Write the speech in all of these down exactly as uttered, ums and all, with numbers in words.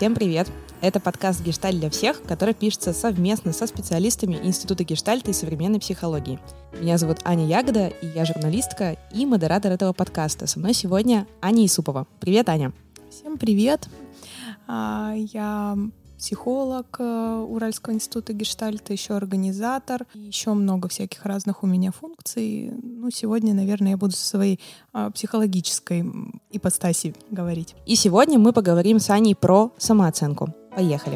Всем привет! Это подкаст «Гештальт для всех», который пишется совместно со специалистами Института гештальта и современной психологии. Меня зовут Аня Ягода, и я журналистка и модератор этого подкаста. Со мной сегодня Аня Исупова. Привет, Аня! Всем привет! Я психолог Уральского института гештальта, еще организатор, еще много всяких разных у меня функций. Ну, сегодня, наверное, я буду со своей психологической ипостаси говорить. И сегодня мы поговорим с Аней про самооценку. Поехали!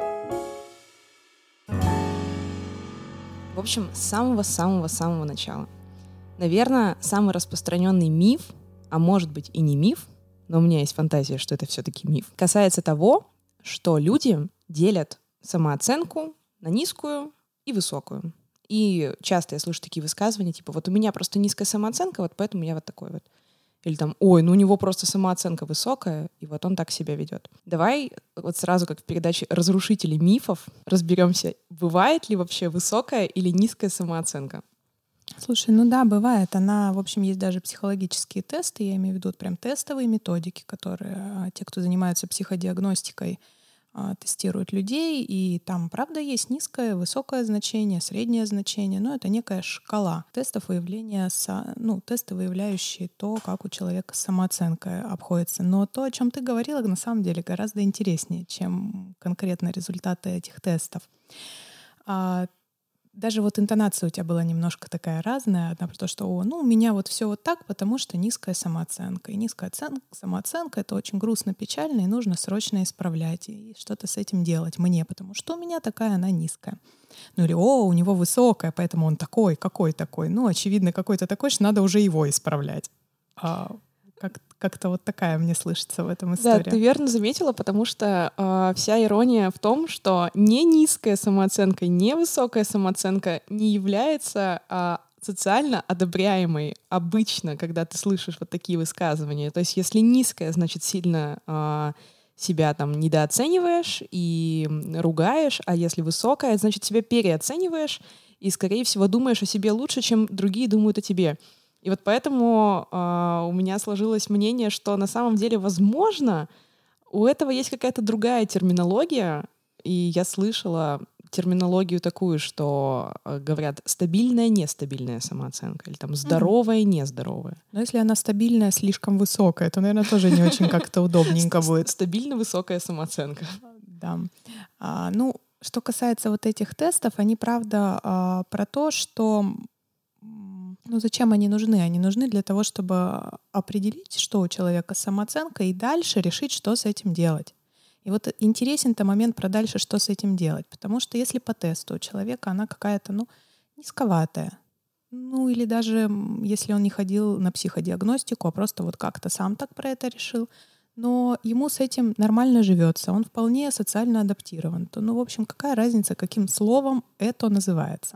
В общем, с самого-самого-самого начала. Наверное, самый распространенный миф, а может быть и не миф, но у меня есть фантазия, что это все-таки миф, касается того, что люди делят самооценку на низкую и высокую. И часто я слышу такие высказывания, типа, вот у меня просто низкая самооценка, вот поэтому я вот такой вот. Или там, ой, ну у него просто самооценка высокая, и вот он так себя ведет. Давай вот сразу, как в передаче «Разрушители мифов», разберемся, бывает ли вообще высокая или низкая самооценка? Слушай, ну да, бывает. Она, в общем, есть даже психологические тесты, я имею в виду вот прям тестовые методики, которые те, кто занимаются психодиагностикой, тестируют людей, и там, правда, есть низкое, высокое значение, среднее значение, но это некая шкала тестов выявления, ну, тесты, выявляющие то, как у человека самооценка обходится. Но то, о чем ты говорила, на самом деле гораздо интереснее, чем конкретно результаты этих тестов. Даже вот интонация у тебя была немножко такая разная. Одна про то, что О, ну, у меня вот все вот так, потому что низкая самооценка. И низкая оценка, самооценка — это очень грустно, печально, и нужно срочно исправлять и что-то с этим делать мне, потому что у меня такая, она низкая. Ну или «О, у него высокая, поэтому он такой, какой такой». Ну, очевидно, какой-то такой, что надо уже его исправлять. А как, как-то вот такая мне слышится в этом история. Да, ты верно заметила, потому что э, вся ирония в том, что не низкая самооценка, не высокая самооценка не является э, социально одобряемой обычно, когда ты слышишь вот такие высказывания. То есть если низкая, значит сильно э, себя там недооцениваешь и ругаешь, а если высокая, значит себя переоцениваешь и, скорее всего, думаешь о себе лучше, чем другие думают о тебе. И вот поэтому э, у меня сложилось мнение, что на самом деле, возможно, у этого есть какая-то другая терминология. И я слышала терминологию такую, что э, говорят стабильная, нестабильная самооценка, или там здоровая, нездоровая. Но если она стабильная, слишком высокая, то, наверное, тоже не очень как-то удобненько будет. Стабильно высокая самооценка. Да. А, ну, что касается вот этих тестов, они, правда, а, про то, что ну, зачем они нужны? Они нужны для того, чтобы определить, что у человека с самооценкой, и дальше решить, что с этим делать. И вот интересен-то момент про дальше, что с этим делать. Потому что если по тесту у человека она какая-то, ну, низковатая, ну, или даже если он не ходил на психодиагностику, а просто вот как-то сам так про это решил, но ему с этим нормально живется, он вполне социально адаптирован, то, ну, в общем, какая разница, каким словом это называется?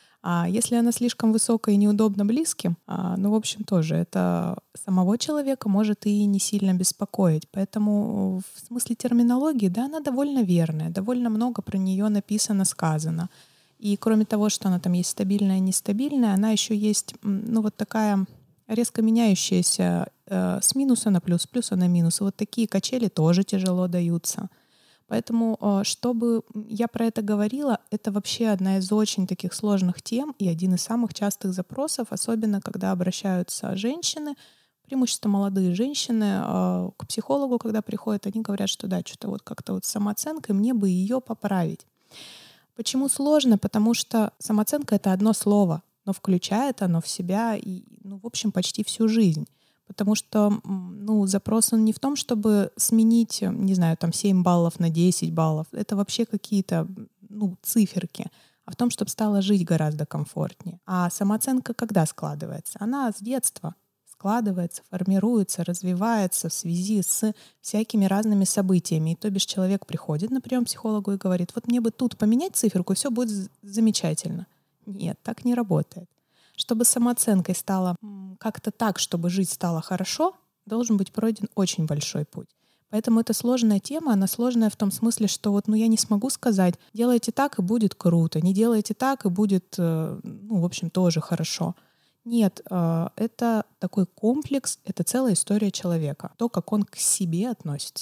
А если она слишком высокая и неудобно близким, а, ну, в общем, тоже это самого человека может и не сильно беспокоить. Поэтому в смысле терминологии, да, она довольно верная, довольно много про нее написано, сказано. И кроме того, что она там есть стабильная и нестабильная, она еще есть, ну, вот такая резко меняющаяся э, с минуса на плюс, с плюса на минус. И вот такие качели тоже тяжело даются. Поэтому, чтобы я про это говорила, это вообще одна из очень таких сложных тем и один из самых частых запросов, особенно когда обращаются женщины, преимущественно молодые женщины, к психологу, когда приходят, они говорят, что да, что-то вот как-то вот с самооценкой, мне бы ее поправить. Почему сложно? Потому что самооценка — это одно слово, но включает оно в себя и, ну, в общем, почти всю жизнь. Потому что, ну, запрос он не в том, чтобы сменить, не знаю, там семь баллов на десять баллов. Это вообще какие-то, ну, циферки. А в том, чтобы стало жить гораздо комфортнее. А самооценка когда складывается? Она с детства складывается, формируется, развивается в связи с всякими разными событиями. И то бишь человек приходит на прием к психологу и говорит, вот мне бы тут поменять циферку, и все будет замечательно. Нет, так не работает. Чтобы с самооценкой стало как-то так, чтобы жить стало хорошо, должен быть пройден очень большой путь. Поэтому это сложная тема, она сложная в том смысле, что вот, ну, я не смогу сказать, делайте так, и будет круто, не делайте так, и будет, ну, в общем, тоже хорошо. Нет, это такой комплекс, это целая история человека, то, как он к себе относится.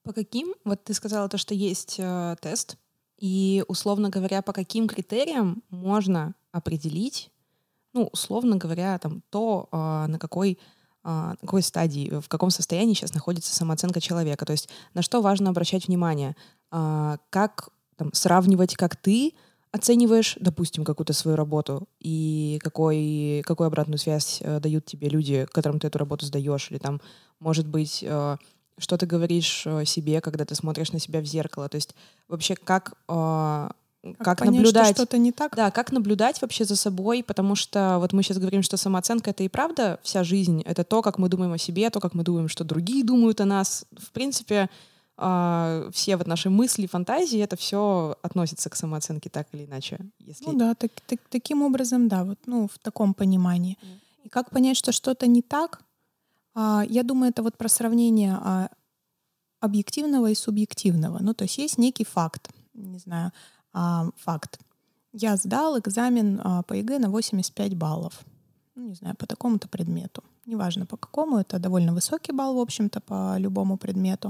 По каким, вот ты сказала то, что есть э, тест, и, условно говоря, по каким критериям можно определить, ну, условно говоря, там, то, а, на какой, а, на какой стадии, в каком состоянии сейчас находится самооценка человека. То есть на что важно обращать внимание, а, как там, сравнивать, как ты оцениваешь, допустим, какую-то свою работу, и какой, какую обратную связь э, дают тебе люди, которым ты эту работу сдаешь, или там, может быть, э, что ты говоришь э, себе, когда ты смотришь на себя в зеркало. То есть вообще как... э, Как, как понять, наблюдать, что что-то не так? да, как наблюдать вообще за собой, потому что вот мы сейчас говорим, что самооценка — это и правда вся жизнь, это то, как мы думаем о себе, то, как мы думаем, что другие думают о нас. В принципе, э, все вот наши мысли, фантазии, это все относится к самооценке так или иначе. Если... Ну да, так, так, таким образом, да, вот, ну, в таком понимании. Mm. И как понять, что что-то не так? А, я думаю, это вот про сравнение а, объективного и субъективного. Ну, то есть есть некий факт, не знаю, а, факт. Я сдал экзамен а, по ЕГЭ на восемьдесят пять баллов. Ну, не знаю, по такому-то предмету. Неважно по какому, это довольно высокий балл, в общем-то, по любому предмету.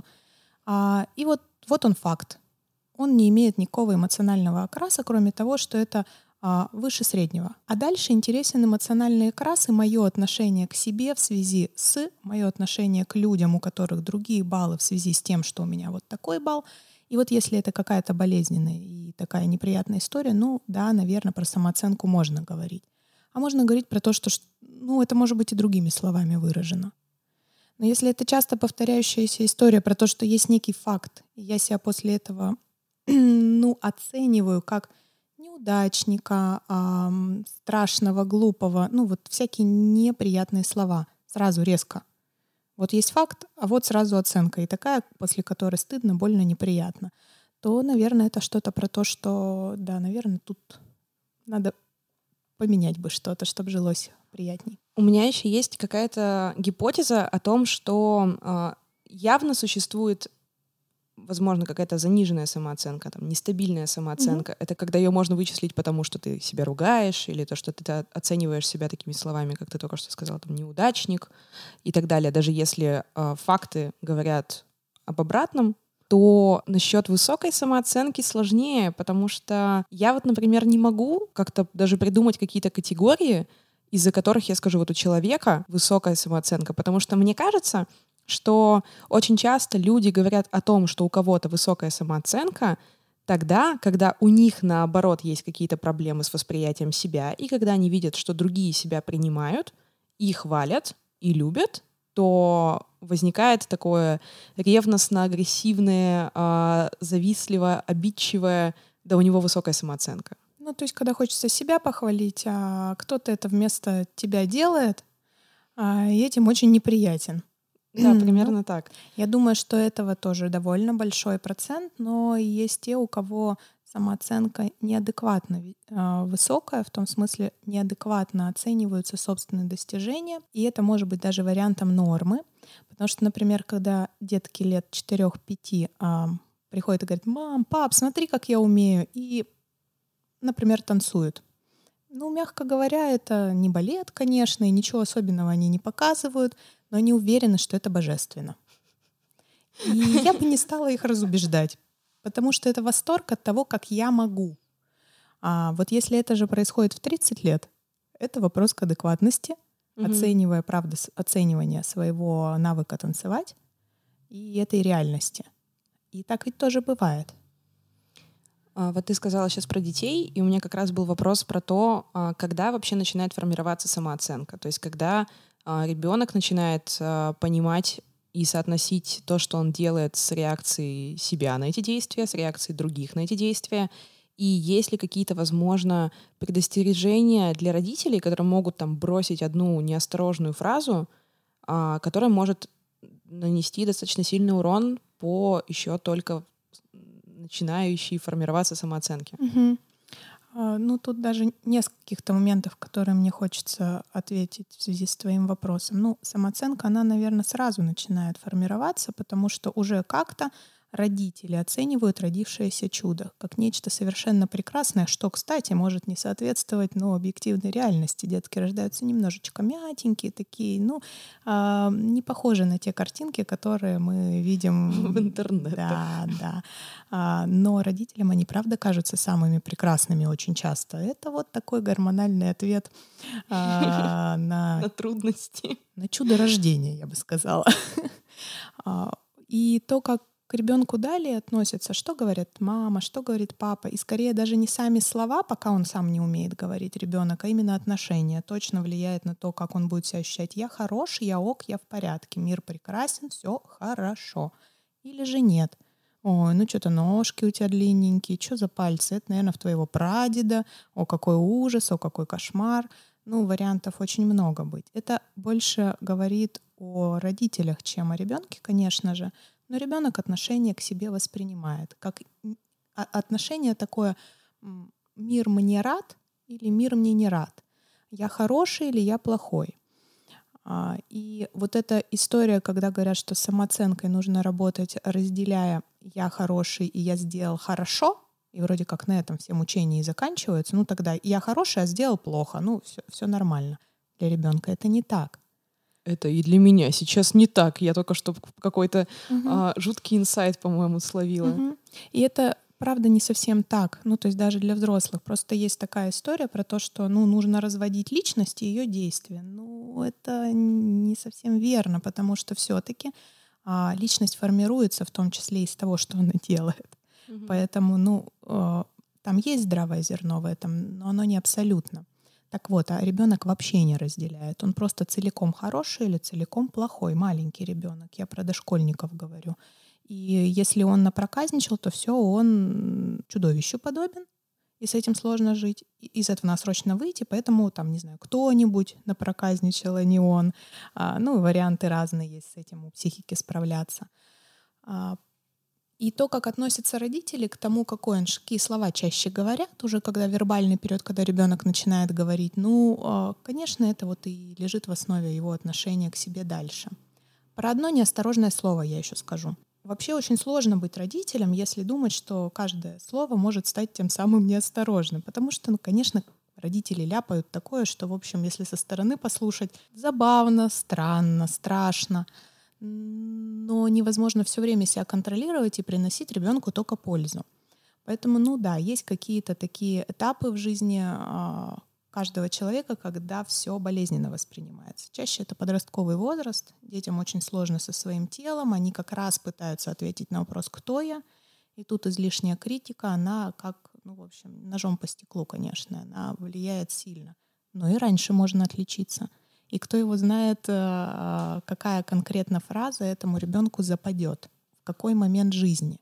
А, и вот, вот он факт. Он не имеет никакого эмоционального окраса, кроме того, что это а, выше среднего. А дальше интересен эмоциональный окрас и мое отношение к себе в связи с мое отношение к людям, у которых другие баллы в связи с тем, что у меня вот такой балл. И вот если это какая-то болезненная и такая неприятная история, ну да, наверное, про самооценку можно говорить. А можно говорить про то, что ну, это может быть и другими словами выражено. Но если это часто повторяющаяся история про то, что есть некий факт, и я себя после этого ну, оцениваю как неудачника, ам, страшного, глупого, ну вот всякие неприятные слова, сразу резко. Вот есть факт, а вот сразу оценка, и такая, после которой стыдно, больно, неприятно, то, наверное, это что-то про то, что, да, наверное, тут надо поменять бы что-то, чтобы жилось приятней. У меня еще есть какая-то гипотеза о том, что э, явно существует, возможно, какая-то заниженная самооценка, там, нестабильная самооценка. Mm-hmm. Это когда ее можно вычислить потому, что ты себя ругаешь, или то, что ты оцениваешь себя такими словами, как ты только что сказала, там, неудачник и так далее. Даже если э, факты говорят об обратном, то насчет высокой самооценки сложнее, потому что я вот, например, не могу как-то даже придумать какие-то категории, из-за которых я скажу, вот у человека высокая самооценка, потому что мне кажется, что очень часто люди говорят о том, что у кого-то высокая самооценка, тогда, когда у них, наоборот, есть какие-то проблемы с восприятием себя, и когда они видят, что другие себя принимают, и хвалят, и любят, то возникает такое ревностно-агрессивное, э, завистливое, обидчивое, да у него высокая самооценка. Ну, то есть, когда хочется себя похвалить, а кто-то это вместо тебя делает, а, и этим очень неприятен. Да, примерно ну, так. Я думаю, что этого тоже довольно большой процент, но есть те, у кого самооценка неадекватно э, высокая, в том смысле неадекватно оцениваются собственные достижения, и это может быть даже вариантом нормы, потому что, например, когда детки лет четырех-пяти э, приходят и говорят: «Мам, пап, смотри, как я умею», и, например, танцуют. Ну, мягко говоря, это не балет, конечно, и ничего особенного они не показывают, но они уверены, что это божественно. И я бы не стала их разубеждать, потому что это восторг от того, как я могу. А вот если это же происходит в тридцать лет, это вопрос к адекватности, угу. оценивая, правда, оценивание своего навыка танцевать и этой реальности. И так ведь тоже бывает. Вот ты сказала сейчас про детей, и у меня как раз был вопрос про то, когда вообще начинает формироваться самооценка. То есть когда ребенок начинает понимать и соотносить то, что он делает, с реакцией себя на эти действия, с реакцией других на эти действия. И есть ли какие-то, возможно, предостережения для родителей, которые могут там бросить одну неосторожную фразу, которая может нанести достаточно сильный урон по еще только начинающей формироваться самооценки. Угу. А, ну, тут даже нескольких-то моментов, которые мне хочется ответить в связи с твоим вопросом. Ну, самооценка, она, наверное, сразу начинает формироваться, потому что уже как-то родители оценивают родившееся чудо как нечто совершенно прекрасное, что, кстати, может не соответствовать, ну, объективной реальности. Детки рождаются немножечко мятенькие такие, ну, а, не похожи на те картинки, которые мы видим в интернете. Да, да. А, но родителям они, правда, кажутся самыми прекрасными очень часто. Это вот такой гормональный ответ а, на... на трудности. На чудо рождения, я бы сказала. И то, как к ребенку далее относятся, что говорит мама, что говорит папа, и скорее даже не сами слова, пока он сам не умеет говорить ребенок, а именно отношения точно влияет на то, как он будет себя ощущать. Я хороший, я ок, я в порядке, мир прекрасен, все хорошо. Или же нет. Ой, ну что-то ножки у тебя длинненькие, что за пальцы? Это, наверное, в твоего прадеда. О, какой ужас, о, какой кошмар. Ну, вариантов очень много быть. Это больше говорит о родителях, чем о ребенке, конечно же. Но ребенок отношение к себе воспринимает. Как отношение такое: мир мне рад или мир мне не рад. Я хороший или я плохой. И вот эта история, когда говорят, что с самооценкой нужно работать, разделяя «я хороший» и «я сделал хорошо», и вроде как на этом все мучения и заканчиваются, ну тогда я хороший, а сделал плохо, ну все, все нормально. Для ребенка это не так. Это и для меня сейчас не так. Я только что какой-то Угу. а, жуткий инсайт, по-моему, словила. Угу. И это правда не совсем так. Ну то есть даже для взрослых. Просто есть такая история про то, что ну, нужно разводить личность и ее действия. Ну это не совсем верно, потому что все-таки а, личность формируется в том числе из того, что она делает. Mm-hmm. Поэтому, ну, э, там есть здравое зерно в этом, но оно не абсолютно. Так вот, а ребенок вообще не разделяет. Он просто целиком хороший или целиком плохой, маленький ребенок. Я про дошкольников говорю. И если он напроказничал, то все, он чудовищу подобен, и с этим сложно жить. И из этого надо срочно выйти, поэтому там, не знаю, кто-нибудь напроказничал, а не он. А, ну, варианты разные есть с этим у психики справляться. А, И то, как относятся родители к тому, какой он, какие слова чаще говорят, уже когда вербальный период, когда ребенок начинает говорить, ну, конечно, это вот и лежит в основе его отношения к себе дальше. Про одно неосторожное слово я еще скажу. Вообще очень сложно быть родителем, если думать, что каждое слово может стать тем самым неосторожным. Потому что, ну, конечно, родители ляпают такое, что, в общем, если со стороны послушать, забавно, странно, страшно. Но невозможно все время себя контролировать и приносить ребенку только пользу. Поэтому, ну да, есть какие-то такие этапы в жизни а, каждого человека, когда все болезненно воспринимается. Чаще это подростковый возраст, детям очень сложно со своим телом, они как раз пытаются ответить на вопрос «кто я?». И тут излишняя критика, она как, ну, в общем, ножом по стеклу, конечно, она влияет сильно. Но и раньше можно отличиться. И кто его знает, какая конкретно фраза этому ребенку западет, в какой момент жизни.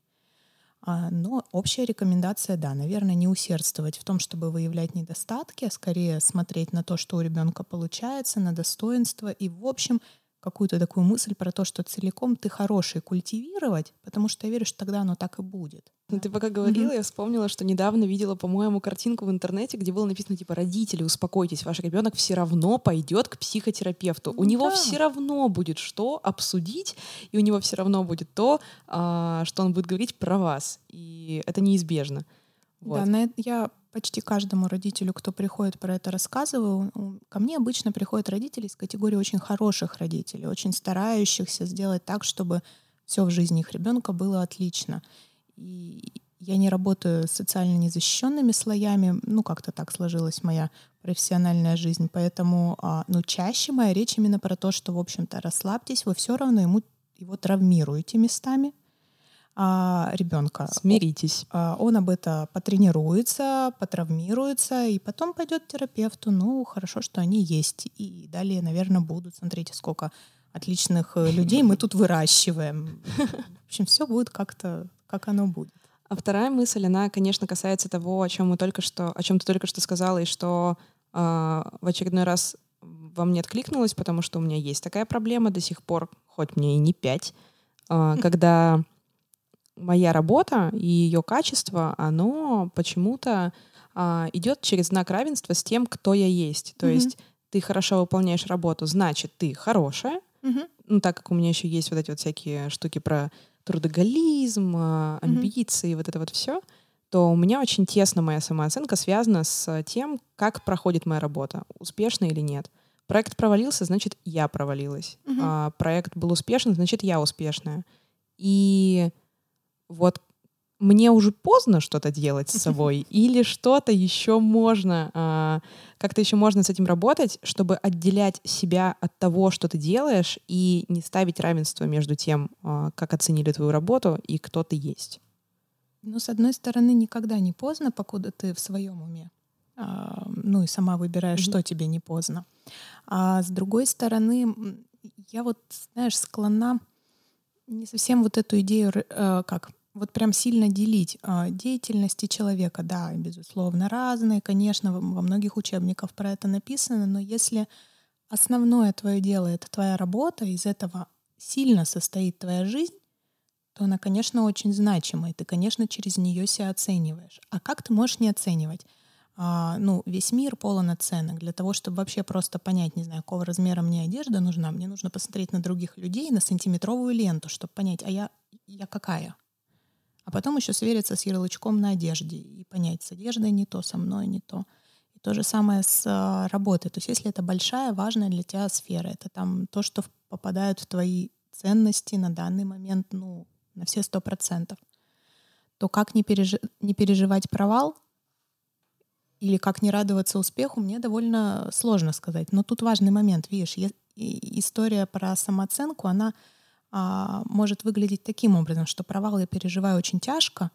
Но общая рекомендация, да, наверное, не усердствовать в том, чтобы выявлять недостатки, а скорее смотреть на то, что у ребенка получается, на достоинство и, в общем, какую-то такую мысль про то, что целиком ты хороший, культивировать, потому что я верю, что тогда оно так и будет. Ну, ты пока говорила, mm-hmm. я вспомнила, что недавно видела, по-моему, картинку в интернете, где было написано, типа, родители, успокойтесь, ваш ребенок все равно пойдет к психотерапевту. У да. него все равно будет что обсудить, и у него все равно будет то, что он будет говорить про вас. И это неизбежно. Вот. Да, на это я почти каждому родителю, кто приходит, про это рассказываю. Ко мне обычно приходят родители из категории очень хороших родителей, очень старающихся сделать так, чтобы все в жизни их ребенка было отлично. И я не работаю с социально незащищенными слоями, ну как-то так сложилась моя профессиональная жизнь, поэтому, ну чаще моя речь именно про то, что, в общем-то, расслабьтесь, вы все равно ему его травмируете местами. А ребенка. Смиритесь. Он об этом потренируется, потравмируется, и потом пойдет к терапевту. Ну, хорошо, что они есть. И далее, наверное, будут. Смотрите, сколько отличных людей мы тут выращиваем. В общем, все будет как-то, как оно будет. А вторая мысль, она, конечно, касается того, о чем мы только что, о чем ты только что сказала, и что э, в очередной раз во мне откликнулось, потому что у меня есть такая проблема до сих пор, хоть мне и не пять, э, когда моя работа и ее качество, оно почему-то а, идет через знак равенства с тем, кто я есть. То mm-hmm. есть ты хорошо выполняешь работу, значит, ты хорошая. Mm-hmm. Ну, так как у меня еще есть вот эти вот всякие штуки про трудоголизм, а, амбиции, mm-hmm. вот это вот все, то у меня очень тесно моя самооценка связана с тем, как проходит моя работа, успешно или нет. Проект провалился, значит, я провалилась. Mm-hmm. А, проект был успешен, значит, я успешная. И вот мне уже поздно что-то делать с собой, или что-то еще можно, а, как-то еще можно с этим работать, чтобы отделять себя от того, что ты делаешь, и не ставить равенство между тем, а, как оценили твою работу и кто ты есть. Ну, с одной стороны, никогда не поздно, покуда ты в своем уме. А, ну и сама выбираешь, mm-hmm. что тебе не поздно. А с другой стороны, я вот, знаешь, склонна не совсем вот эту идею, э, как вот прям сильно делить э, деятельности человека. Да, безусловно, разные, конечно, во, во многих учебниках про это написано, но если основное твое дело — это твоя работа, из этого сильно состоит твоя жизнь, то она, конечно, очень значимая, и ты, конечно, через нее себя оцениваешь. А как ты можешь не оценивать? А, ну, весь мир полон оценок. Для того, чтобы вообще просто понять, не знаю, какого размера мне одежда нужна, мне нужно посмотреть на других людей, на сантиметровую ленту, чтобы понять, а я, я какая? А потом еще свериться с ярлычком на одежде и понять, с одеждой не то, со мной не то. И то же самое с а, работой. То есть если это большая, важная для тебя сфера, это там то, что попадает в твои ценности на данный момент, ну, на все сто процентов, то как не, пережи- не переживать провал или как не радоваться успеху, мне довольно сложно сказать. Но тут важный момент, видишь, е- история про самооценку, она а, может выглядеть таким образом, что провал я переживаю очень тяжко,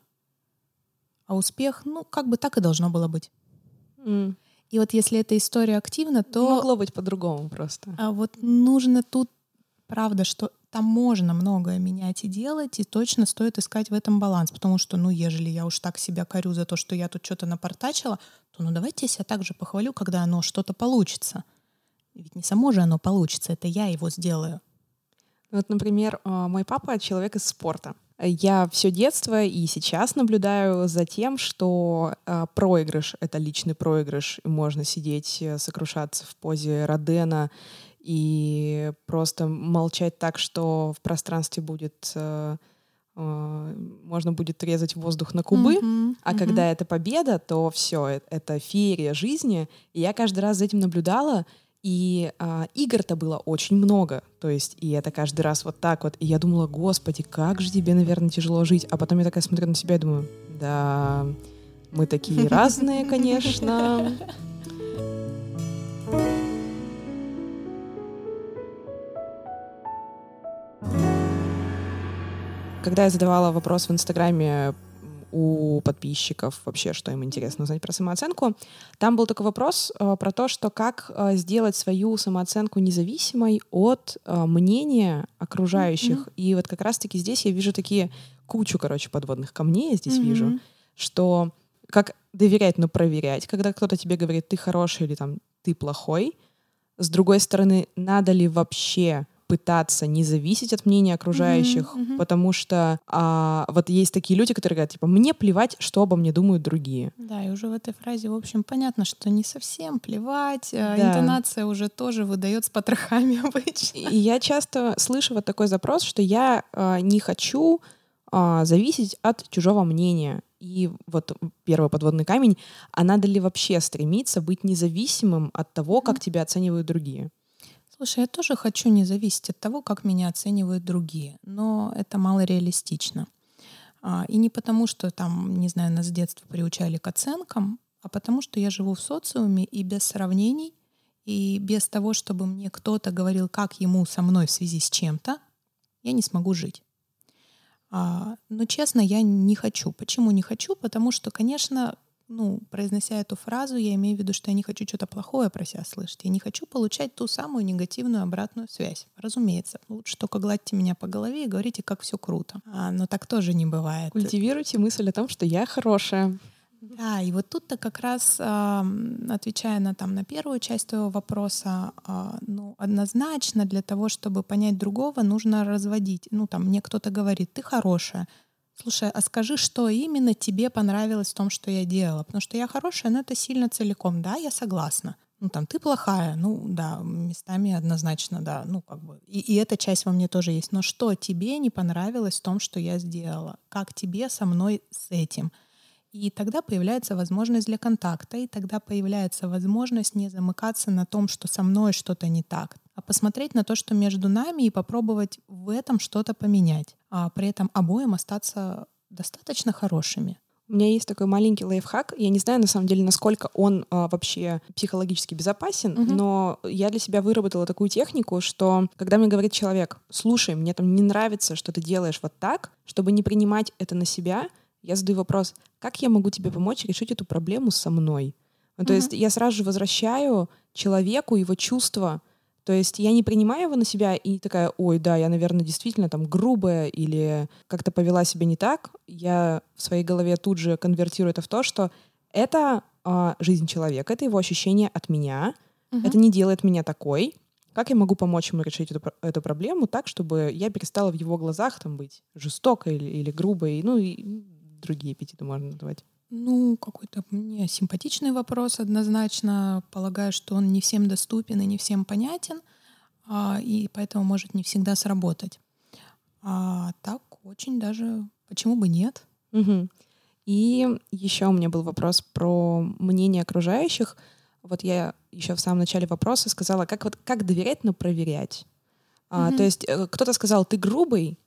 а успех, ну, как бы так и должно было быть. Mm. И вот если эта история активна, то... Могло быть по-другому просто. А вот нужно тут, правда, что там можно многое менять и делать, и точно стоит искать в этом баланс, потому что, ну, ежели я уж так себя корю за то, что я тут что-то напортачила, то ну давайте я себя также похвалю, когда оно что-то получится. Ведь не само же оно получится, это я его сделаю. Вот, например, мой папа — человек из спорта. Я все детство и сейчас наблюдаю за тем, что э, проигрыш — это личный проигрыш, и можно сидеть, сокрушаться в позе Родена и просто молчать так, что в пространстве будет э, э, можно будет резать воздух на кубы, mm-hmm, а mm-hmm. когда это победа, то все, это феерия жизни. И я каждый раз за этим наблюдала. И а, игр-то было очень много, то есть и это каждый раз вот так вот. И я думала, господи, как же тебе, наверное, тяжело жить. А потом я такая смотрю на себя и думаю, да, мы такие разные, конечно. Когда я задавала вопрос в Инстаграме у подписчиков вообще, что им интересно узнать про самооценку, там был такой вопрос э, про то, что как э, сделать свою самооценку независимой от э, мнения окружающих. Mm-hmm. И вот как раз-таки здесь я вижу такие кучу, короче, подводных камней я здесь mm-hmm. вижу, что как доверять, но проверять, когда кто-то тебе говорит, ты хороший или там ты плохой. С другой стороны, надо ли вообще пытаться не зависеть от мнения окружающих, mm-hmm, mm-hmm. потому что а, вот есть такие люди, которые говорят, типа, мне плевать, что обо мне думают другие. Да, и уже в этой фразе, в общем, понятно, что не совсем плевать, да. Интонация уже тоже выдает с потрохами обычно. И я часто слышу вот такой запрос, что я а, не хочу а, зависеть от чужого мнения. И вот первый подводный камень, а надо ли вообще стремиться быть независимым от того, как mm-hmm. тебя оценивают другие? Слушай, я тоже хочу не зависеть от того, как меня оценивают другие, но это мало реалистично. А, и не потому, что там, не знаю, нас с детства приучали к оценкам, а потому что я живу в социуме и без сравнений, и без того, чтобы мне кто-то говорил, как ему со мной в связи с чем-то, я не смогу жить. А, но честно, я не хочу. Почему не хочу? Потому что, конечно, ну, произнося эту фразу, я имею в виду, что я не хочу что-то плохое про себя слышать. Я не хочу получать ту самую негативную обратную связь. Разумеется, лучше только гладьте меня по голове и говорите, как все круто. А, но так тоже не бывает. Культивируйте мысль о том, что я хорошая. Да, и вот тут-то как раз, э, отвечая на, там, на первую часть твоего вопроса, э, ну, однозначно для того, чтобы понять другого, нужно разводить. Ну, там, мне кто-то говорит, ты хорошая. Слушай, а скажи, что именно тебе понравилось в том, что я делала? Потому что я хорошая, но это сильно целиком. Да, я согласна. Ну, там, ты плохая, ну, да, местами однозначно, да, ну, как бы, и, и эта часть во мне тоже есть. Но что тебе не понравилось в том, что я сделала? Как тебе со мной с этим? И тогда появляется возможность для контакта, и тогда появляется возможность не замыкаться на том, что со мной что-то не так, а посмотреть на то, что между нами, и попробовать в этом что-то поменять, а при этом обоим остаться достаточно хорошими. У меня есть такой маленький лайфхак. Я не знаю, на самом деле, насколько он а, вообще психологически безопасен, Мгм. но я для себя выработала такую технику, что когда мне говорит человек: слушай, мне там не нравится, что ты делаешь вот так, чтобы не принимать это на себя, я задаю вопрос: как я могу тебе помочь решить эту проблему со мной? Ну, то Мгм. есть я сразу же возвращаю человеку его чувства. То есть я не принимаю его на себя и такая: ой, да, я, наверное, действительно там грубая или как-то повела себя не так. Я в своей голове тут же конвертирую это в то, что это а, жизнь человека, это его ощущение от меня, Мгм. это не делает меня такой. Как я могу помочь ему решить эту, про- эту проблему так, чтобы я перестала в его глазах там быть жестокой или, или грубой, ну и м, другие эпитеты можно назвать. Ну, какой-то мне симпатичный вопрос однозначно. Полагаю, что он не всем доступен и не всем понятен, а, и поэтому может не всегда сработать. А так очень даже, почему бы нет? Мгм. И еще у меня был вопрос про мнение окружающих. Вот я еще в самом начале вопроса сказала, как вот как доверять, но проверять. А, то Мгм. есть э, кто-то сказал: ты грубый,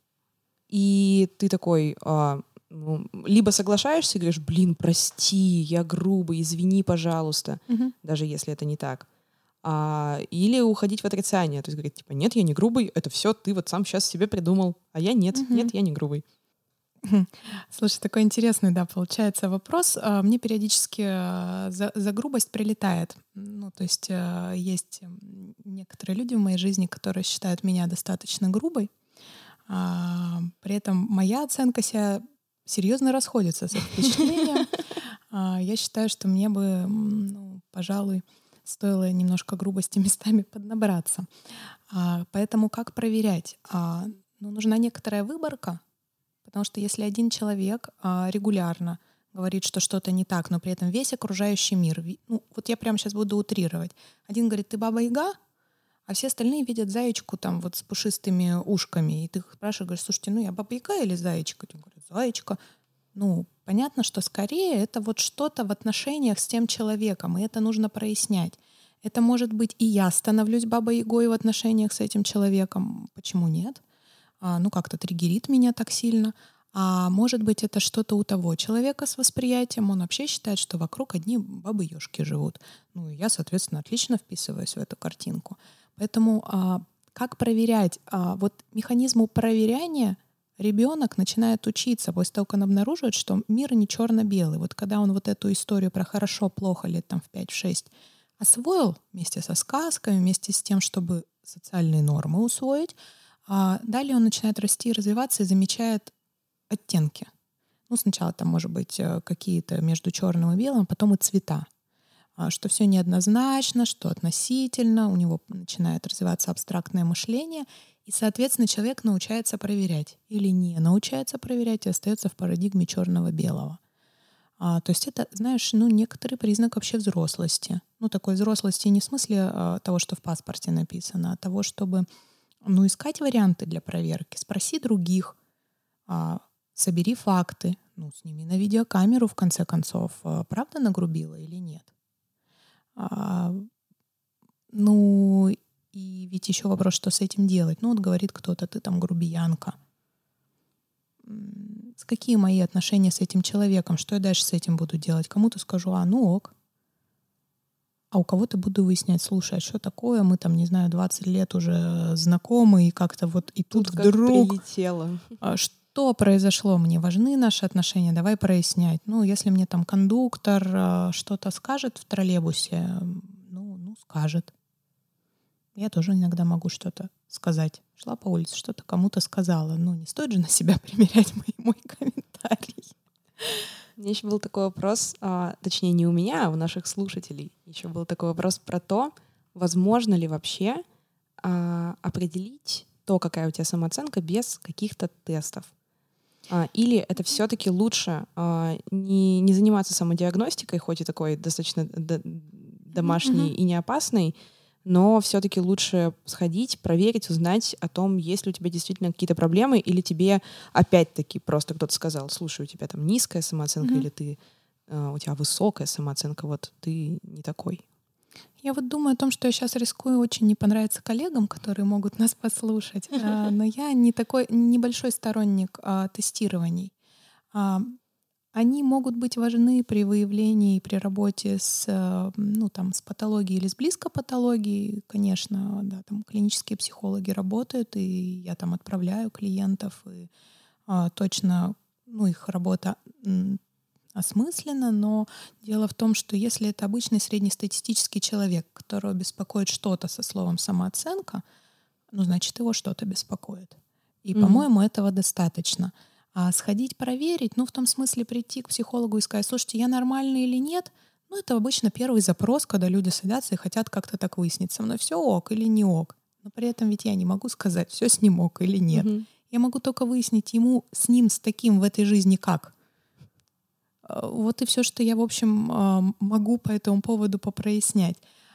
и ты такой а, ну, либо соглашаешься и говоришь: блин, прости, я грубый, извини, пожалуйста, Мгм. даже если это не так. А, или уходить в отрицание, то есть говорить типа: нет, я не грубый, это все ты вот сам сейчас себе придумал, а я нет, нет, Мгм. я не грубый. Мгм. Слушай, такой интересный, да, получается вопрос. А, Мне периодически а, за, за грубость прилетает. Ну, то есть а, есть м, некоторые люди в моей жизни, которые считают меня достаточно грубой. А, При этом моя оценка себя серьезно расходится с их впечатлением. А, Я считаю, что мне бы, м, ну, пожалуй, стоило немножко грубости местами поднабраться. А, Поэтому как проверять? А, Ну, нужна некоторая выборка, потому что если один человек а, регулярно говорит, что что-то не так, но при этом весь окружающий мир, ви- ну, вот я прямо сейчас буду утрировать. Один говорит: ты баба-яга, а все остальные видят заячку там вот с пушистыми ушками. И ты их спрашиваешь, говоришь: слушайте, ну я баба-яга или заячка? Они говорят: заячка. Ну, понятно, что скорее это вот что-то в отношениях с тем человеком, и это нужно прояснять. Это может быть и я становлюсь бабой-ягой в отношениях с этим человеком. Почему нет? А, ну, как-то триггерит меня так сильно. А может быть, это что-то у того человека с восприятием. Он вообще считает, что вокруг одни бабы-ёшки живут. Ну, и я, соответственно, отлично вписываюсь в эту картинку. Поэтому а, как проверять? А, вот механизму проверяния ребенок начинает учиться после того, как он обнаруживает, что мир не черно-белый. Вот когда он вот эту историю про хорошо-плохо лет там в пять-шесть освоил вместе со сказками, вместе с тем, чтобы социальные нормы усвоить, а далее он начинает расти и развиваться и замечает оттенки. Ну, сначала там, может быть, э, какие-то между черным и белым, а потом и цвета. А, Что все неоднозначно, что относительно, у него начинает развиваться абстрактное мышление, и, соответственно, человек научается проверять или не научается проверять и остается в парадигме черного-белого. А, то есть это, знаешь, ну, некоторый признак вообще взрослости. Ну, такой взрослости не в смысле а, того, что в паспорте написано, а того, чтобы ну, искать варианты для проверки. Спроси других, а, собери факты, ну, сними на видеокамеру, в конце концов, а, правда нагрубила или нет. А, ну, и ведь еще вопрос, что с этим делать. Ну, вот говорит кто-то: ты там грубиянка. М, С какие мои отношения с этим человеком? Что я дальше с этим буду делать? Кому-то скажу: а, ну ок. А у кого-то буду выяснять: слушай, а что такое? Мы там, не знаю, двадцать лет уже знакомы, и как-то вот и тут Тут как вдруг прилетело. а, что произошло? Мне важны наши отношения, давай прояснять. Ну, если мне там кондуктор а, что-то скажет в троллейбусе, м, ну, ну, скажет. Я тоже иногда могу что-то сказать. Шла по улице, что-то кому-то сказала. Ну, не стоит же на себя примерять мой, мой комментарий. У меня еще был такой вопрос, а, точнее, не у меня, а у наших слушателей. Еще был такой вопрос про то, возможно ли вообще а, определить то, какая у тебя самооценка, без каких-то тестов. А, или это все-таки лучше а, не, не заниматься самодиагностикой, хоть и такой достаточно д- домашней mm-hmm. и не опасной, но все-таки лучше сходить, проверить, узнать о том, есть ли у тебя действительно какие-то проблемы, или тебе опять-таки просто кто-то сказал, слушай, у тебя там низкая самооценка, mm-hmm. или ты, э, у тебя высокая самооценка, вот ты не такой. Я вот думаю о том, что я сейчас рискую очень не понравиться коллегам, которые могут нас послушать, но я не такой небольшой сторонник тестирований. Они могут быть важны при выявлении и при работе с, ну, там, с патологией или с близкопатологией. Конечно, да, там клинические психологи работают, и я там отправляю клиентов, и а, точно, ну, их работа м, осмысленно, но дело в том, что если это обычный среднестатистический человек, которого беспокоит что-то со словом самооценка, ну, значит, его что-то беспокоит. И, mm-hmm. по-моему, этого достаточно. А сходить проверить, ну, в том смысле прийти к психологу и сказать, слушайте, я нормальный или нет, ну, это обычно первый запрос, когда люди садятся и хотят как-то так выяснить, со мной все ок или не ок. Но при этом ведь я не могу сказать, все с ним ок или нет. Mm-hmm. Я могу только выяснить ему с ним, с таким в этой жизни как. Вот и все, что я, в общем, могу по этому поводу попрояснять.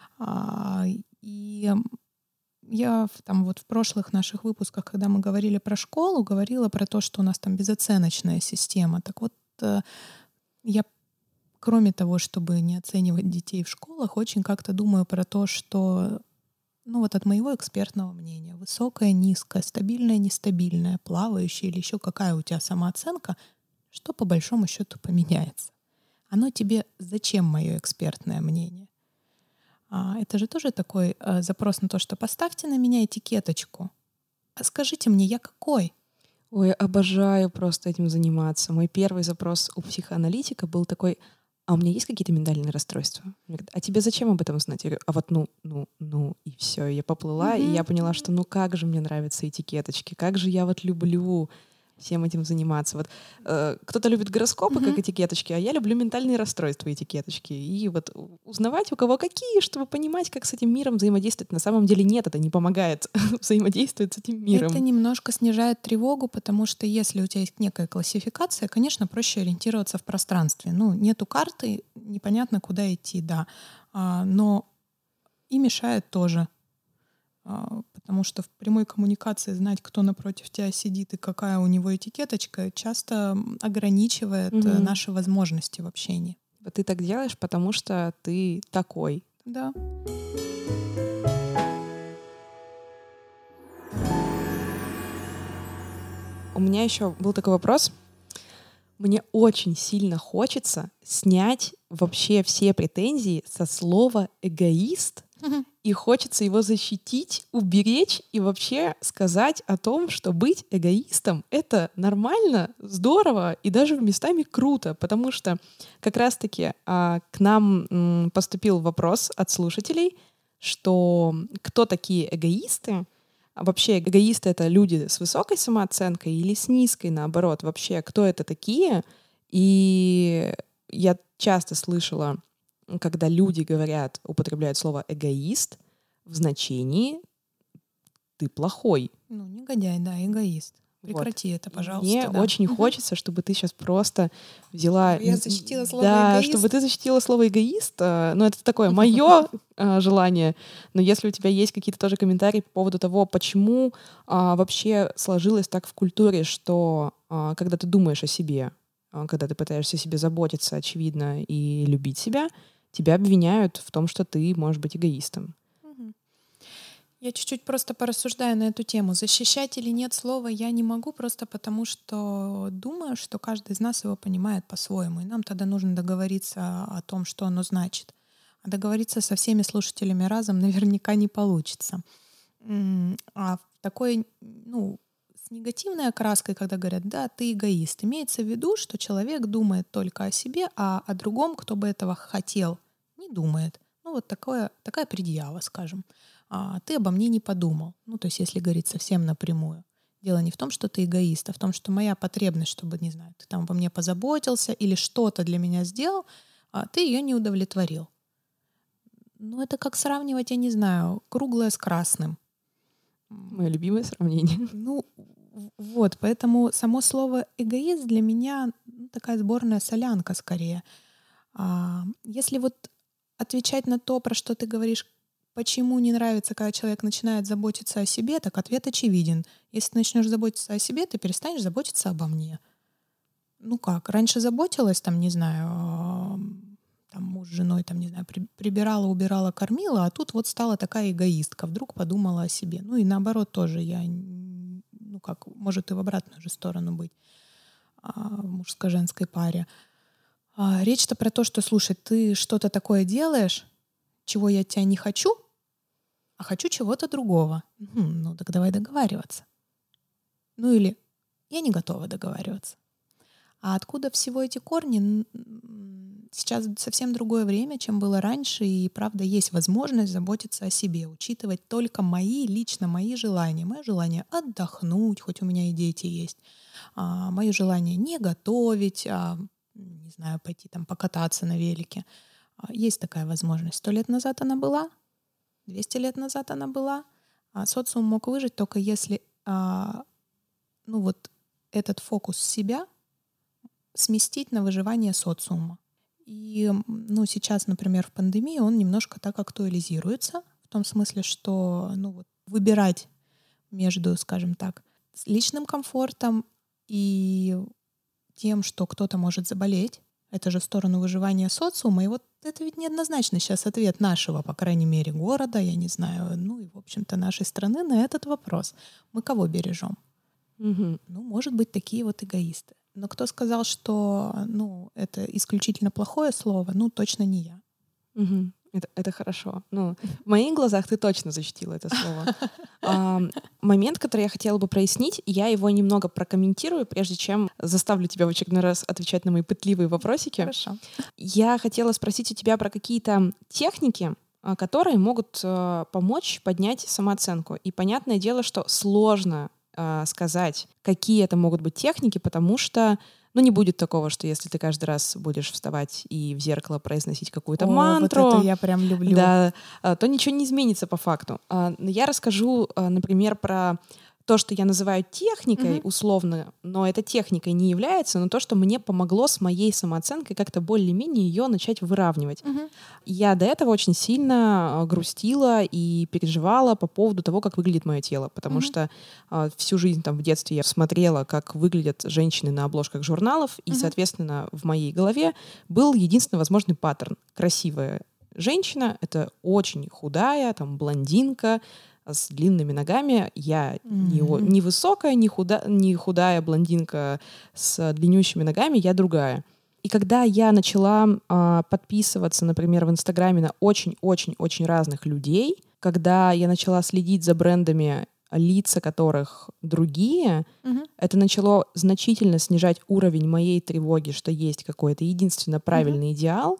И я там вот в прошлых наших выпусках, когда мы говорили про школу, говорила про то, что у нас там безоценочная система. Так вот, я, кроме того, чтобы не оценивать детей в школах, очень как-то думаю про то, что, ну вот от моего экспертного мнения, высокая, низкая, стабильная, нестабильная, плавающая или еще какая у тебя самооценка, что по большому счету поменяется? Оно тебе зачем, мое экспертное мнение? А, это же тоже такой а, запрос на то, что поставьте на меня этикеточку. А скажите мне, я какой? Ой, обожаю просто этим заниматься. Мой первый запрос у психоаналитика был такой, а у меня есть какие-то ментальные расстройства? Он говорит, а тебе зачем об этом знать? Я говорю, а вот ну, ну, ну, и все. Я поплыла, mm-hmm. и я поняла, что ну как же мне нравятся этикеточки, как же я вот люблю всем этим заниматься. Вот э, кто-то любит гороскопы, mm-hmm. как этикеточки, а я люблю ментальные расстройства этикеточки. И вот узнавать, у кого какие, чтобы понимать, как с этим миром взаимодействовать. На самом деле нет, это не помогает взаимодействовать с этим миром. Это немножко снижает тревогу, потому что если у тебя есть некая классификация, конечно, проще ориентироваться в пространстве. Ну, нету карты, непонятно, куда идти, да. А, но и мешает тоже. Потому что в прямой коммуникации знать, кто напротив тебя сидит и какая у него этикеточка, часто ограничивает mm-hmm. наши возможности в общении. Ты так делаешь, потому что ты такой. Да. У меня еще был такой вопрос. Мне очень сильно хочется снять вообще все претензии со слова «эгоист», mm-hmm. и хочется его защитить, уберечь и вообще сказать о том, что быть эгоистом — это нормально, здорово и даже местами круто, потому что как раз-таки а, к нам м, поступил вопрос от слушателей, что кто такие эгоисты? А вообще эгоисты — это люди с высокой самооценкой или с низкой, наоборот? Вообще, кто это такие? И я часто слышала, когда люди говорят, употребляют слово «эгоист» в значении «ты плохой». Ну, негодяй, да, эгоист. Прекрати вот. Это, пожалуйста. Мне да. очень хочется, чтобы ты сейчас просто взяла... Чтобы я защитила слово да, «эгоист». чтобы ты защитила слово «эгоист». Ну, это такое мое желание. Но если у тебя есть какие-то тоже комментарии по поводу того, почему вообще сложилось так в культуре, что когда ты думаешь о себе, когда ты пытаешься о себе заботиться, очевидно, и любить себя, тебя обвиняют в том, что ты можешь быть эгоистом. Я чуть-чуть просто порассуждаю на эту тему. Защищать или нет слова я не могу, просто потому что думаю, что каждый из нас его понимает по-своему. И нам тогда нужно договориться о том, что оно значит. А договориться со всеми слушателями разом наверняка не получится. А такой, ну, с негативной окраской, когда говорят, да, ты эгоист, имеется в виду, что человек думает только о себе, а о другом, кто бы этого хотел, не думает. Ну, вот такое, такая предъява, скажем. А ты обо мне не подумал. Ну, то есть, если говорить совсем напрямую. Дело не в том, что ты эгоист, а в том, что моя потребность, чтобы, не знаю, ты там обо мне позаботился или что-то для меня сделал, а ты ее не удовлетворил. Ну, это как сравнивать, я не знаю, круглое с красным. Мое любимое сравнение. Ну, вот, поэтому само слово «эгоист» для меня такая сборная солянка скорее. А если вот отвечать на то, про что ты говоришь, почему не нравится, когда человек начинает заботиться о себе, так ответ очевиден. Если ты начнешь заботиться о себе, ты перестанешь заботиться обо мне. Ну как, раньше заботилась, там, не знаю, а, там, муж с женой, там, не знаю, при- прибирала, убирала, кормила, а тут вот стала такая эгоистка, вдруг подумала о себе. Ну и наоборот тоже я, н- ну как, может и в обратную же сторону быть а, в мужско-женской паре. А, речь-то про то, что, слушай, ты что-то такое делаешь, чего я от тебя не хочу, а хочу чего-то другого. Мгм, ну так давай договариваться. Ну или я не готова договариваться. А откуда всего эти корни? Н- м, Сейчас совсем другое время, чем было раньше, и правда есть возможность заботиться о себе, учитывать только мои, лично мои желания. Мое желание отдохнуть, хоть у меня и дети есть. А, мое желание не готовить, а, не знаю, пойти там покататься на велике. А, есть такая возможность. Сто лет назад она была, двести лет назад она была. А социум мог выжить только если а, ну вот этот фокус себя сместить на выживание социума. И м, ну, сейчас, например, в пандемии он немножко так актуализируется, в том смысле, что ну, вот, выбирать между, скажем так, с личным комфортом и тем, что кто-то может заболеть. Это же в сторону выживания социума. И вот это ведь неоднозначно сейчас ответ нашего, по крайней мере, города, я не знаю, ну и, в общем-то, нашей страны на этот вопрос. Мы кого бережем? Мгм. Ну, может быть, такие вот эгоисты. Но кто сказал, что ну, это исключительно плохое слово? Ну, точно не я. Мгм. Это, это хорошо. Ну, в моих глазах ты точно защитила это слово. Ам, момент, который я хотела бы прояснить, я его немного прокомментирую, прежде чем заставлю тебя в очередной раз отвечать на мои пытливые вопросики. Хорошо. Я хотела спросить у тебя про какие-то техники, а, которые могут э, помочь поднять самооценку. И понятное дело, что сложно э, сказать, какие это могут быть техники, потому что ну, не будет такого, что если ты каждый раз будешь вставать и в зеркало произносить какую-то О, вот это мантру, я прям люблю. да, а, то ничего не изменится по факту. А, но Я расскажу, а, например, про то, что я называю техникой Мгм. условно, но это техникой не является, но то, что мне помогло с моей самооценкой как-то более-менее ее начать выравнивать. Мгм. Я до этого очень сильно а, грустила и переживала по поводу того, как выглядит мое тело, потому Мгм. что а, всю жизнь там в детстве я смотрела, как выглядят женщины на обложках журналов, и, Мгм. соответственно, в моей голове был единственный возможный паттерн. Красивая женщина — это очень худая, там, блондинка с длинными ногами. Я не, о- Мгм. не высокая, не, худа, не худая блондинка с длиннющими ногами, я другая. И когда я начала а, подписываться, например, в Инстаграме на очень-очень-очень разных людей, когда я начала следить за брендами, лица которых другие, Мгм. это начало значительно снижать уровень моей тревоги, что есть какой-то единственно Мгм. правильный идеал.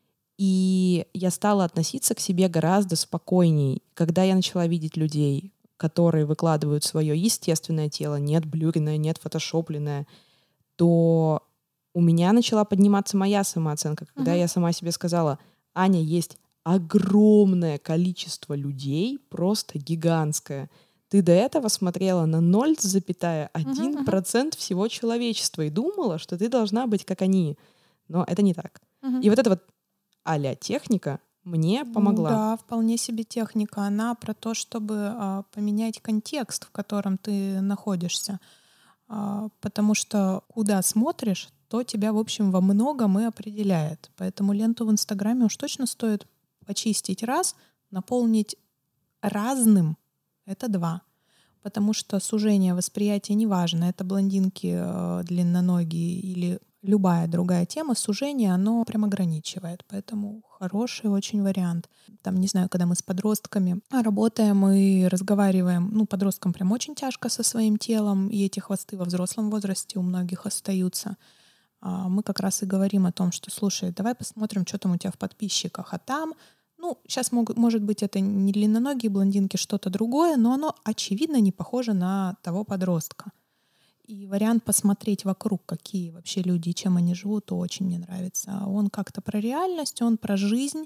И я стала относиться к себе гораздо спокойней, когда я начала видеть людей, которые выкладывают свое естественное тело, нет блюренное, нет фотошопленное, то у меня начала подниматься моя самооценка, когда Мгм. я сама себе сказала: Аня, есть огромное количество людей, просто гигантское. Ты до этого смотрела на ноль целых Мгм. один Мгм. процент всего человечества и думала, что ты должна быть как они. Но это не так. Мгм. И вот эта вот а-ля техника мне Ну помогла. да, вполне себе техника. Она про то, чтобы а, поменять контекст, в котором ты находишься. А, потому что куда смотришь, то тебя, в общем, во многом и определяет. Поэтому ленту в Инстаграме уж точно стоит почистить раз, наполнить разным — это два. Потому что сужение восприятия неважно, это блондинки э, длинноногие или любая другая тема, сужение, оно прям ограничивает. Поэтому хороший очень вариант. Там, не знаю, когда мы с подростками работаем и разговариваем, ну, подросткам прям очень тяжко со своим телом, и эти хвосты во взрослом возрасте у многих остаются. А, мы как раз и говорим о том, что, слушай, давай посмотрим, что там у тебя в подписчиках, а там, ну, сейчас могут, может быть, это не длинноногие блондинки, что-то другое, но оно, очевидно, не похоже на того подростка. И вариант посмотреть вокруг, какие вообще люди и чем они живут, очень мне нравится. Он как-то про реальность, он про жизнь,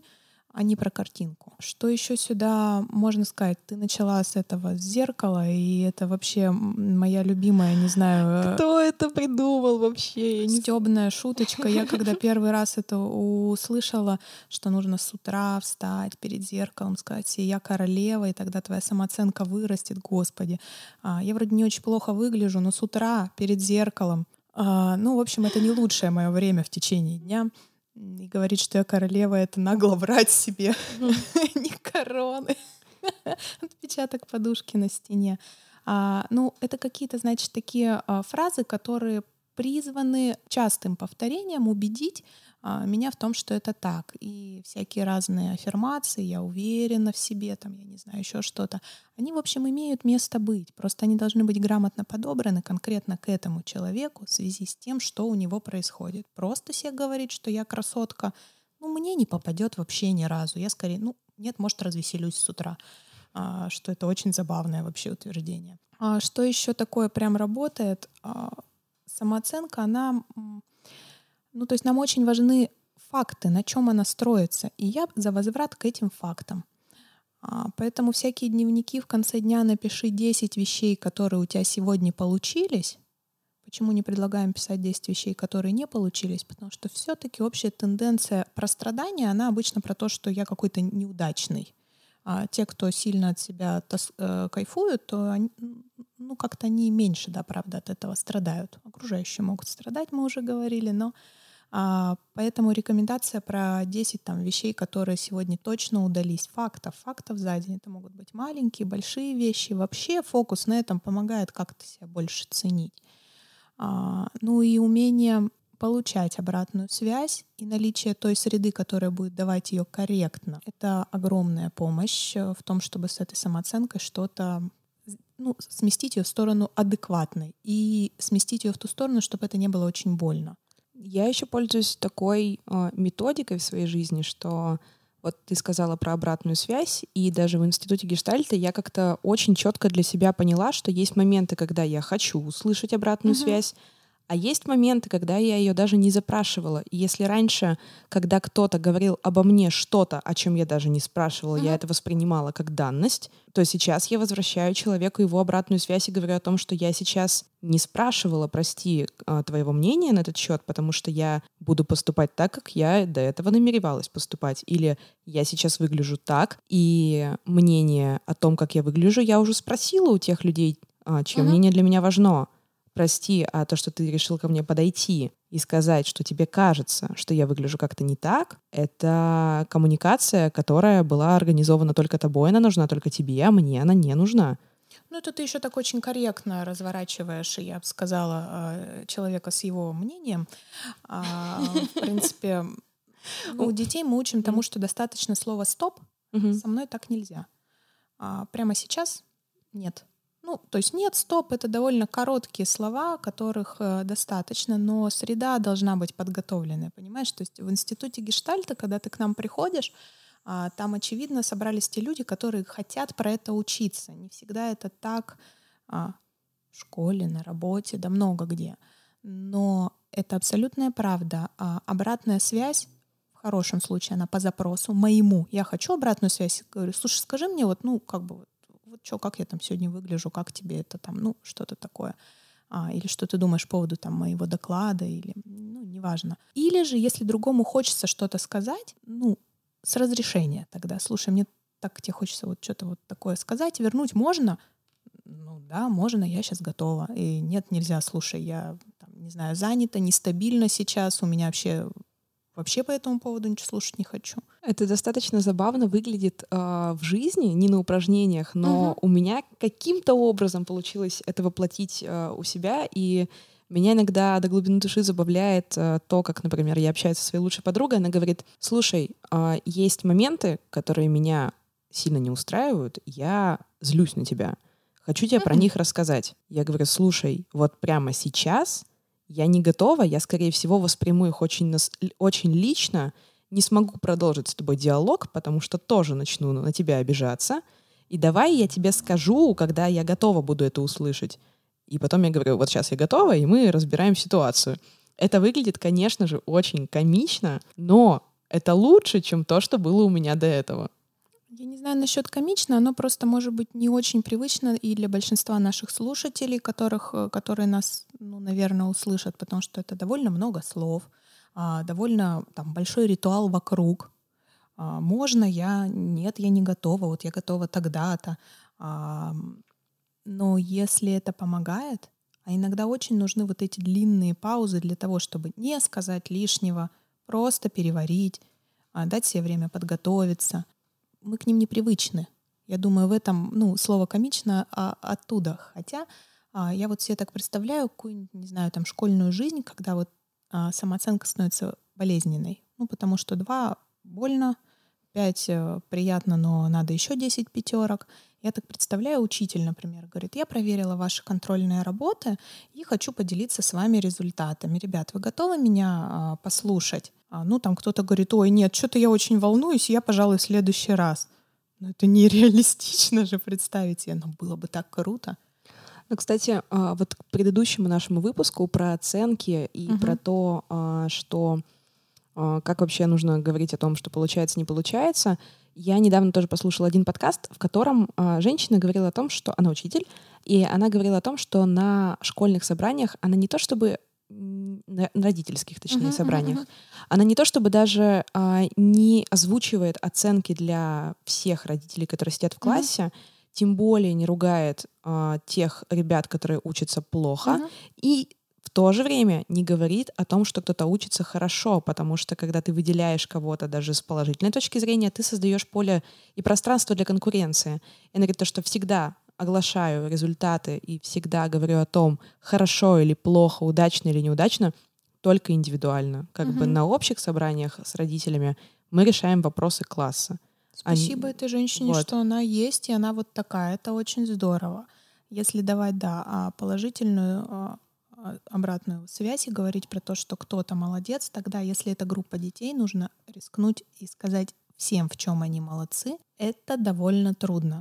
а не про картинку. Что еще сюда можно сказать? Ты начала с этого с зеркала, и это вообще моя любимая, не знаю... Кто это придумал вообще? Стёбная шуточка. Я когда первый раз это услышала, что нужно с утра встать перед зеркалом, сказать себе «я королева», и тогда твоя самооценка вырастет, господи. Я вроде не очень плохо выгляжу, но с утра перед зеркалом. Ну, в общем, это не лучшее мое время в течение дня. И говорить, что я королева, это нагло врать себе. Не короны. Отпечаток подушки на стене. А, ну, это какие-то, значит, такие а, фразы, которые призваны частым повторением убедить а, меня в том, что это так. И всякие разные аффирмации, я уверена в себе, там, я не знаю, еще что-то, они, в общем, имеют место быть. Просто они должны быть грамотно подобраны конкретно к этому человеку в связи с тем, что у него происходит. Просто себе говорить, что я красотка, ну, мне не попадет вообще ни разу. Я скорее, ну, нет, может, развеселюсь с утра. А, что это очень забавное вообще утверждение. А что еще такое прям работает? А, самооценка, она... Ну, то есть нам очень важны факты, на чем она строится. И я за возврат к этим фактам. А, поэтому всякие дневники в конце дня напиши десять вещей, которые у тебя сегодня получились. Почему не предлагаем писать десять вещей, которые не получились? Потому что все-таки общая тенденция про страдания, она обычно про то, что я какой-то неудачный. А те, кто сильно от себя тас- э, кайфуют, то они, ну, как-то они меньше, да, правда, от этого страдают. Окружающие могут страдать, мы уже говорили, но а, поэтому рекомендация про десять там, вещей, которые сегодня точно удались. Фактов. Фактов за день. Это могут быть маленькие, большие вещи. Вообще фокус на этом помогает как-то себя больше ценить. А, ну и умение получать обратную связь и наличие той среды, которая будет давать ее корректно. Это огромная помощь в том, чтобы с этой самооценкой что-то, ну, сместить ее в сторону адекватной и сместить ее в ту сторону, чтобы это не было очень больно. Я еще пользуюсь такой э, методикой в своей жизни, что вот ты сказала про обратную связь, и даже в институте Гештальта я как-то очень четко для себя поняла, что есть моменты, когда я хочу услышать обратную Мгм. связь, а есть моменты, когда я ее даже не запрашивала. И если раньше, когда кто-то говорил обо мне что-то, о чем я даже не спрашивала, я Мгм. это воспринимала как данность, то сейчас я возвращаю человеку его обратную связь и говорю о том, что я сейчас не спрашивала, прости, а, твоего мнения на этот счет, потому что я буду поступать так, как я до этого намеревалась поступать. Или я сейчас выгляжу так, и мнение о том, как я выгляжу, я уже спросила у тех людей, а, чье Мгм. мнение для меня важно. Прости, а то, что ты решил ко мне подойти и сказать, что тебе кажется, что я выгляжу как-то не так, это коммуникация, которая была организована только тобой, она нужна только тебе, а мне она не нужна. Ну, это ты еще так очень корректно разворачиваешь, я бы сказала, э, человека с его мнением. А, В принципе, ну, детей мы учим тому, что достаточно слова «стоп», Мгм. со мной так нельзя. А прямо сейчас нет. Ну, то есть нет, стоп, это довольно короткие слова, которых э, достаточно, но среда должна быть подготовленная, понимаешь? То есть в институте Гештальта, когда ты к нам приходишь, а, там, очевидно, собрались те люди, которые хотят про это учиться. Не всегда это так а, в школе, на работе, да много где. Но это абсолютная правда. А обратная связь, в хорошем случае, она по запросу моему. Я хочу обратную связь. Говорю, слушай, скажи мне, вот, ну, как бы, вот, вот что, как я там сегодня выгляжу, как тебе это там, ну, что-то такое. А, или что ты думаешь по поводу там моего доклада, или, ну, неважно. Или же, если другому хочется что-то сказать, ну, с разрешения тогда. Слушай, мне так тебе хочется вот что-то вот такое сказать, вернуть можно? Ну да, можно, я сейчас готова. И нет, нельзя, слушай, я там, не знаю, занята, нестабильна сейчас, у меня вообще вообще по этому поводу ничего слушать не хочу. Это достаточно забавно выглядит а, в жизни, не на упражнениях, но Мгм. у меня каким-то образом получилось это воплотить а, у себя, и меня иногда до глубины души забавляет а, то, как, например, я общаюсь со своей лучшей подругой, она говорит, слушай, а, есть моменты, которые меня сильно не устраивают, я злюсь на тебя, хочу тебе про Мгм. них рассказать. Я говорю, слушай, вот прямо сейчас я не готова, я, скорее всего, восприму их очень, нас- л- очень лично, не смогу продолжить с тобой диалог, потому что тоже начну на тебя обижаться. И давай я тебе скажу, когда я готова буду это услышать. И потом я говорю, вот сейчас я готова, и мы разбираем ситуацию. Это выглядит, конечно же, очень комично, но это лучше, чем то, что было у меня до этого. Я не знаю насчет комично, оно просто может быть не очень привычно и для большинства наших слушателей, которых, которые нас, ну, наверное, услышат, потому что это довольно много слов, довольно там, большой ритуал вокруг. Можно я? Нет, я не готова. Вот я готова тогда-то. Но если это помогает, а иногда очень нужны вот эти длинные паузы для того, чтобы не сказать лишнего, просто переварить, дать себе время подготовиться. Мы к ним непривычны. Я думаю, в этом, ну, слово комично а, оттуда. Хотя а, я вот себе так представляю какую-нибудь, не знаю, там школьную жизнь, когда вот а, самооценка становится болезненной. Ну, потому что два больно, пять э, приятно, но надо еще десять пятерок. Я так представляю, учитель, например, говорит, я проверила ваши контрольные работы и хочу поделиться с вами результатами. Ребят, вы готовы меня а, послушать? А, ну, там кто-то говорит, ой, нет, что-то я очень волнуюсь, я, пожалуй, в следующий раз. Но это нереалистично же представить себе, но было бы так круто. Ну, кстати, вот к предыдущему нашему выпуску про оценки и угу. про то, что как вообще нужно говорить о том, что получается, не получается, я недавно тоже послушала один подкаст, в котором женщина говорила о том, что она учитель, и она говорила о том, что на школьных собраниях она не то чтобы на родительских, точнее, uh-huh, собраниях. Uh-huh. Она не то чтобы даже а, не озвучивает оценки для всех родителей, которые сидят в классе, uh-huh. тем более не ругает а, тех ребят, которые учатся плохо, uh-huh. и в то же время не говорит о том, что кто-то учится хорошо, потому что когда ты выделяешь кого-то даже с положительной точки зрения, ты создаешь поле и пространство для конкуренции. И она говорит, то, что всегда оглашаю результаты и всегда говорю о том, хорошо или плохо, удачно или неудачно, только индивидуально. Как угу. бы на общих собраниях с родителями мы решаем вопросы класса. Спасибо Они... этой женщине, вот. Что она есть, и она вот такая. Это очень здорово. Если давать, да, положительную обратную связь и говорить про то, что кто-то молодец, тогда, если это группа детей, нужно рискнуть и сказать всем, в чем они молодцы. Это довольно трудно.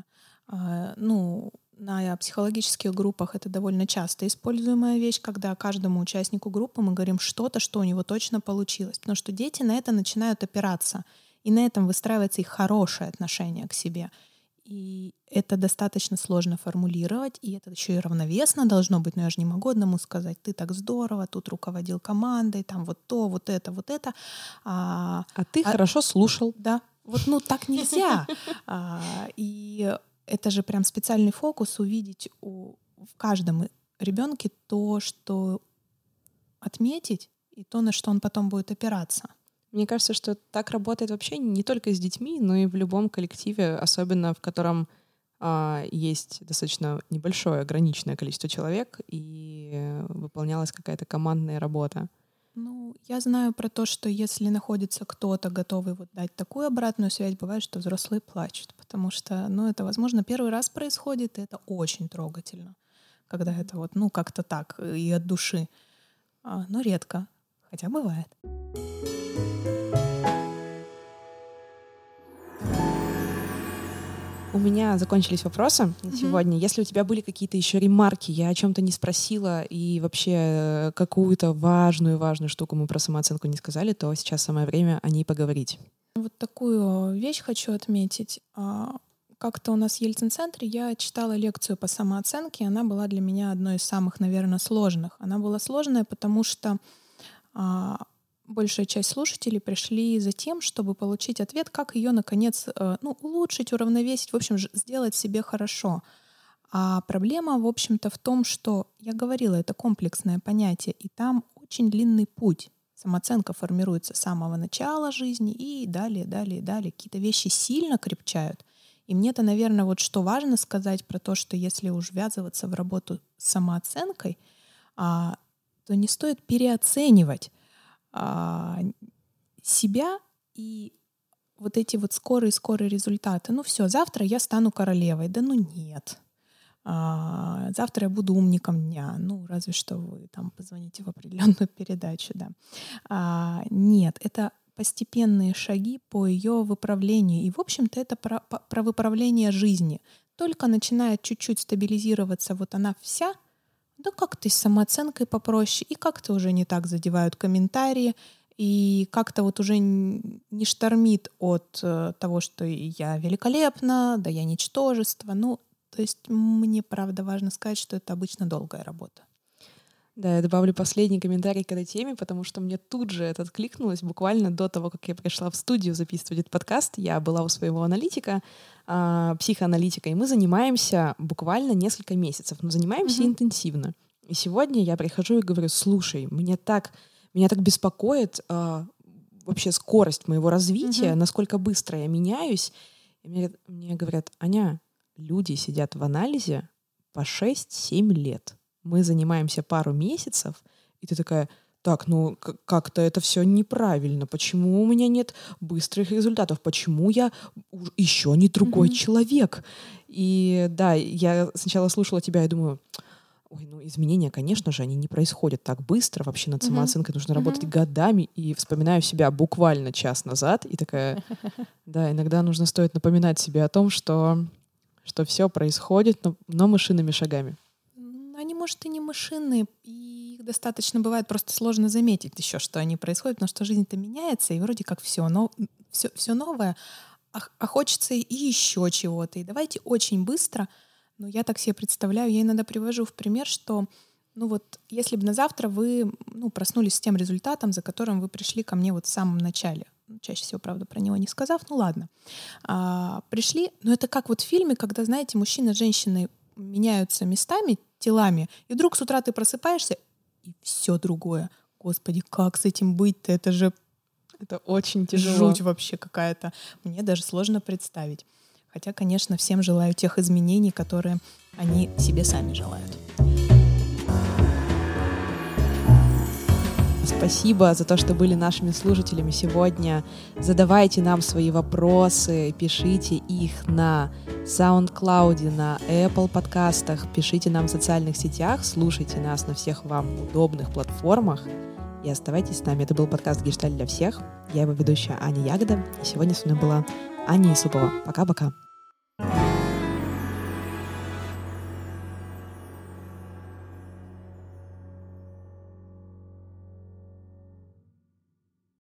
Ну, на психологических группах это довольно часто используемая вещь, когда каждому участнику группы мы говорим что-то, что у него точно получилось. Потому что дети на это начинают опираться, и на этом выстраивается их хорошее отношение к себе. И это достаточно сложно формулировать, и это еще и равновесно должно быть, но я же не могу одному сказать, ты так здорово, тут руководил командой, там вот то, вот это, вот это. А, а ты а, хорошо слушал. Да, вот ну так нельзя. а, и это же прям специальный фокус увидеть у, в каждом ребенке то, что отметить, и то, на что он потом будет опираться. Мне кажется, что так работает вообще не только с детьми, но и в любом коллективе, особенно в котором а, есть достаточно небольшое ограниченное количество человек, и выполнялась какая-то командная работа. Ну, я знаю про то, что если находится кто-то, готовый вот дать такую обратную связь, бывает, что взрослые плачут, потому что, ну, это, возможно, первый раз происходит, и это очень трогательно, когда это вот, ну, как-то так, и от души. А, но редко, хотя бывает. У меня закончились вопросы на сегодня. Mm-hmm. Если у тебя были какие-то еще ремарки, я о чем-то не спросила, и вообще какую-то важную-важную штуку мы про самооценку не сказали, то сейчас самое время о ней поговорить. Вот такую вещь хочу отметить. Как-то у нас в Ельцин-центре я читала лекцию по самооценке, и она была для меня одной из самых, наверное, сложных. Она была сложная, потому что большая часть слушателей пришли за тем, чтобы получить ответ, как ее, наконец, ну, улучшить, уравновесить, в общем, сделать себе хорошо. А проблема, в общем-то, в том, что, я говорила, это комплексное понятие, и там очень длинный путь. Самооценка формируется с самого начала жизни, и далее, далее, далее. Какие-то вещи сильно крепчают. И мне-то, наверное, вот что важно сказать про то, что если уж ввязываться в работу с самооценкой, то не стоит переоценивать себя и вот эти вот скорые-скорые результаты. Ну все, завтра я стану королевой. Да ну нет. А, завтра я буду умником дня. Ну, разве что вы там позвоните в определенную передачу, да. А, нет, это постепенные шаги по ее выправлению. И, в общем-то, это про, про выправление жизни. Только начинает чуть-чуть стабилизироваться вот она вся, да как-то с самооценкой попроще, и как-то уже не так задевают комментарии, и как-то вот уже не штормит от того, что я великолепна, да я ничтожество. Ну, то есть мне, правда, важно сказать, что это обычно долгая работа. Да, я добавлю последний комментарий к этой теме, потому что мне тут же это откликнулось. Буквально до того, как я пришла в студию записывать этот подкаст, я была у своего аналитика, э, психоаналитика, и мы занимаемся буквально несколько месяцев, но занимаемся mm-hmm. интенсивно. И сегодня я прихожу и говорю: слушай, мне так, меня так беспокоит э, вообще скорость моего развития, mm-hmm. насколько быстро я меняюсь. И мне, мне говорят: Аня, люди сидят в анализе по шесть-семь лет. Мы занимаемся пару месяцев, и ты такая: так, ну как-то это все неправильно. Почему у меня нет быстрых результатов? Почему я еще не другой mm-hmm. человек? И да, я сначала слушала тебя и думаю: ой, ну изменения, конечно же, они не происходят так быстро. Вообще над самооценкой mm-hmm. нужно работать mm-hmm. годами. И вспоминаю себя буквально час назад, и такая: да, иногда нужно стоит напоминать себе о том, что, что все происходит, но, но мышиными шагами. Они, может, и не мышиные, и их достаточно бывает просто сложно заметить еще, что они происходят, потому что жизнь-то меняется, и вроде как все, но все, все новое, а, а хочется и еще чего-то. И давайте очень быстро, ну, я так себе представляю, я иногда привожу в пример, что, ну вот, если бы на завтра вы, ну, проснулись с тем результатом, за которым вы пришли ко мне вот в самом начале, чаще всего, правда, про него не сказав, ну ладно, а, пришли, но это как вот в фильме, когда, знаете, мужчина с женщиной меняются местами, телами, и вдруг с утра ты просыпаешься, и все другое. Господи, как с этим быть-то? Это же это очень тяжело. Жуть вообще какая-то. Мне даже сложно представить. Хотя, конечно, всем желаю тех изменений, которые они себе сами желают. Спасибо за то, что были нашими слушателями сегодня. Задавайте нам свои вопросы, пишите их на SoundCloud, на Apple подкастах, пишите нам в социальных сетях, слушайте нас на всех вам удобных платформах и оставайтесь с нами. Это был подкаст «Гештальт для всех». Я его ведущая Аня Ягода, и сегодня с мной была Аня Исупова. Пока-пока.